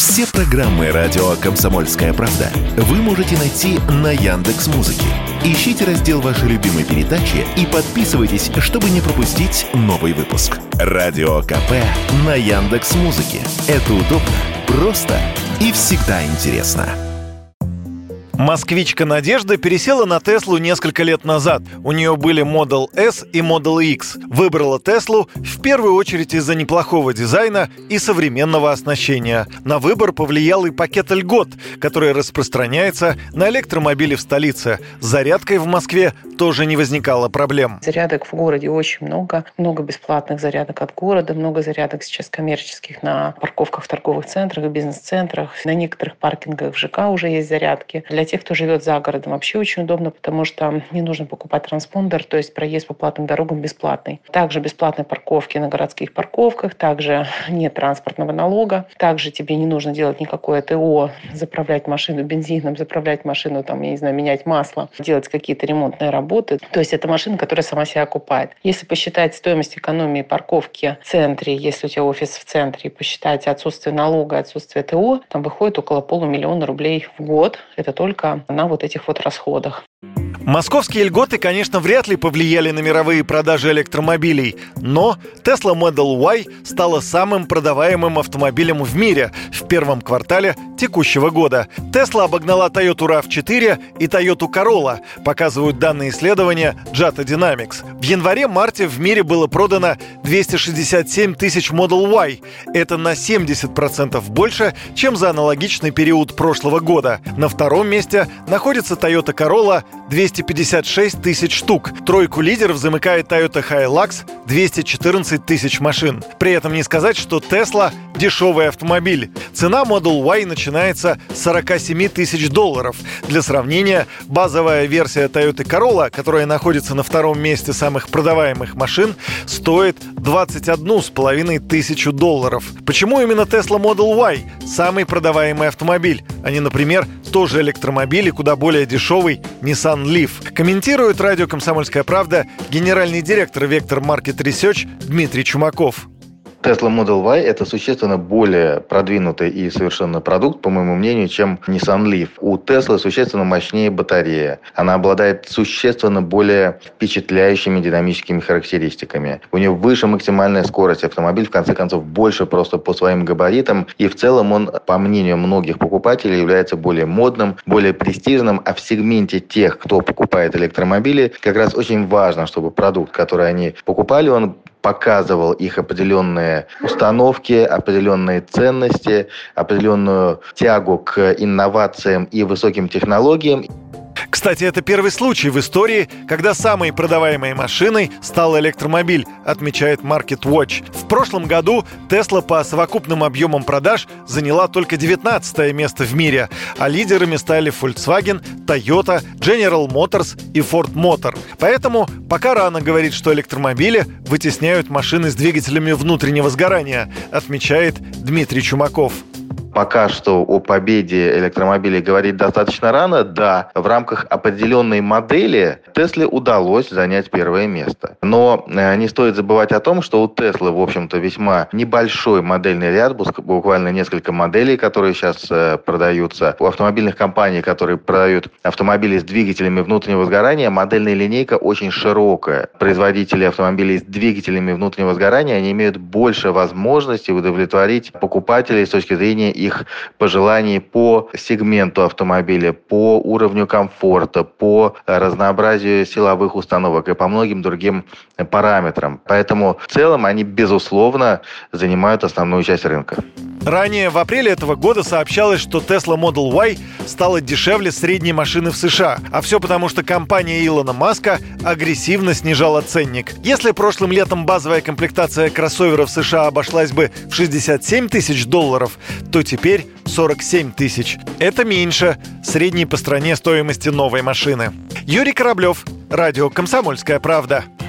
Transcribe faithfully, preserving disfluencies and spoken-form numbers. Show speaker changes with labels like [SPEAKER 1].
[SPEAKER 1] Все программы радио «Комсомольская правда» вы можете найти на Яндекс.Музыке. Ищите раздел вашей любимой передачи и подписывайтесь, чтобы не пропустить новый выпуск. Радио КП на Яндекс.Музыке. Это удобно, просто и всегда интересно.
[SPEAKER 2] Москвичка Надежда пересела на Теслу несколько лет назад. У нее были Model S и Model X. Выбрала Теслу в первую очередь из-за неплохого дизайна и современного оснащения. На выбор повлиял и пакет льгот, который распространяется на электромобили в столице. С зарядкой в Москве тоже не возникало проблем.
[SPEAKER 3] Зарядок в городе очень много. Много бесплатных зарядок от города. Много зарядок сейчас коммерческих на парковках в торговых центрах и бизнес-центрах. На некоторых паркингах в ЖК уже есть зарядки. Для тех, кто живет за городом, вообще очень удобно, потому что не нужно покупать транспондер, то есть проезд по платным дорогам бесплатный. Также бесплатные парковки на городских парковках, также нет транспортного налога, также тебе не нужно делать никакое ТО, заправлять машину бензином, заправлять машину, там, я не знаю, менять масло, делать какие-то ремонтные работы. То есть это машина, которая сама себя окупает. Если посчитать стоимость экономии парковки в центре, если у тебя офис в центре, и посчитать отсутствие налога, отсутствие ТО, там выходит около полумиллиона рублей в год. Это только на вот этих вот расходах.
[SPEAKER 2] Московские льготы, конечно, вряд ли повлияли на мировые продажи электромобилей, но Tesla Model Y стала самым продаваемым автомобилем в мире в первом квартале текущего года. Tesla обогнала Toyota рав четыре и Toyota Corolla, показывают данные исследования Jata Dynamics. В январе-марте в мире было продано двести шестьдесят семь тысяч Model Y. Это на семьдесят процентов больше, чем за аналогичный период прошлого года. На втором месте находится Toyota Corolla – двести пятьдесят шесть тысяч штук. Тройку лидеров замыкает Toyota Hilux – двести четырнадцать тысяч машин. При этом не сказать, что Tesla – дешевый автомобиль. Цена Model Y начинается с сорок семь тысяч долларов. Для сравнения, базовая версия Toyota Corolla, которая находится на втором месте самых продаваемых машин, стоит двадцать одну с половиной тысячу долларов. Почему именно Tesla Model Y – самый продаваемый автомобиль, а не, например, тоже электромобиль и куда более дешевый Nissan Leaf? Комментирует радио «Комсомольская правда» генеральный директор Vector Market Research Дмитрий Чумаков.
[SPEAKER 4] Tesla Model Y – это существенно более продвинутый и совершенный продукт, по моему мнению, чем Nissan Leaf. У Tesla существенно мощнее батарея. Она обладает существенно более впечатляющими динамическими характеристиками. У нее выше максимальная скорость. Автомобиль, в конце концов, больше просто по своим габаритам. И в целом он, по мнению многих покупателей, является более модным, более престижным. А в сегменте тех, кто покупает электромобили, как раз очень важно, чтобы продукт, который они покупали, он показывал их определенные установки, определенные ценности, определенную тягу к инновациям и высоким технологиям.
[SPEAKER 2] Кстати, это первый случай в истории, когда самой продаваемой машиной стал электромобиль, отмечает Market Watch. В прошлом году Tesla по совокупным объемам продаж заняла только девятнадцатое место в мире, а лидерами стали Volkswagen, Toyota, General Motors и Ford Motor. Поэтому пока рано говорить, что электромобили вытесняют машины с двигателями внутреннего сгорания, отмечает Дмитрий Чумаков.
[SPEAKER 4] Пока что о победе электромобилей говорить достаточно рано. Да, в рамках определенной модели Тесле удалось занять первое место. Но не стоит забывать о том, что у Теслы, в общем-то, весьма небольшой модельный ряд, буквально несколько моделей, которые сейчас продаются. У автомобильных компаний, которые продают автомобили с двигателями внутреннего сгорания, модельная линейка очень широкая. Производители автомобилей с двигателями внутреннего сгорания, они имеют больше возможностей удовлетворить покупателей с точки зрения их их пожеланий по сегменту автомобиля, по уровню комфорта, по разнообразию силовых установок и по многим другим параметрам. Поэтому в целом они, безусловно, занимают основную часть рынка.
[SPEAKER 2] Ранее, в апреле этого года, сообщалось, что Tesla Model Y стала дешевле средней машины в США. А все потому, что компания Илона Маска агрессивно снижала ценник. Если прошлым летом базовая комплектация кроссоверов в США обошлась бы в шестьдесят семь тысяч долларов, то теперь сорок семь тысяч. Это меньше средней по стране стоимости новой машины. Юрий Кораблев, радио «Комсомольская правда».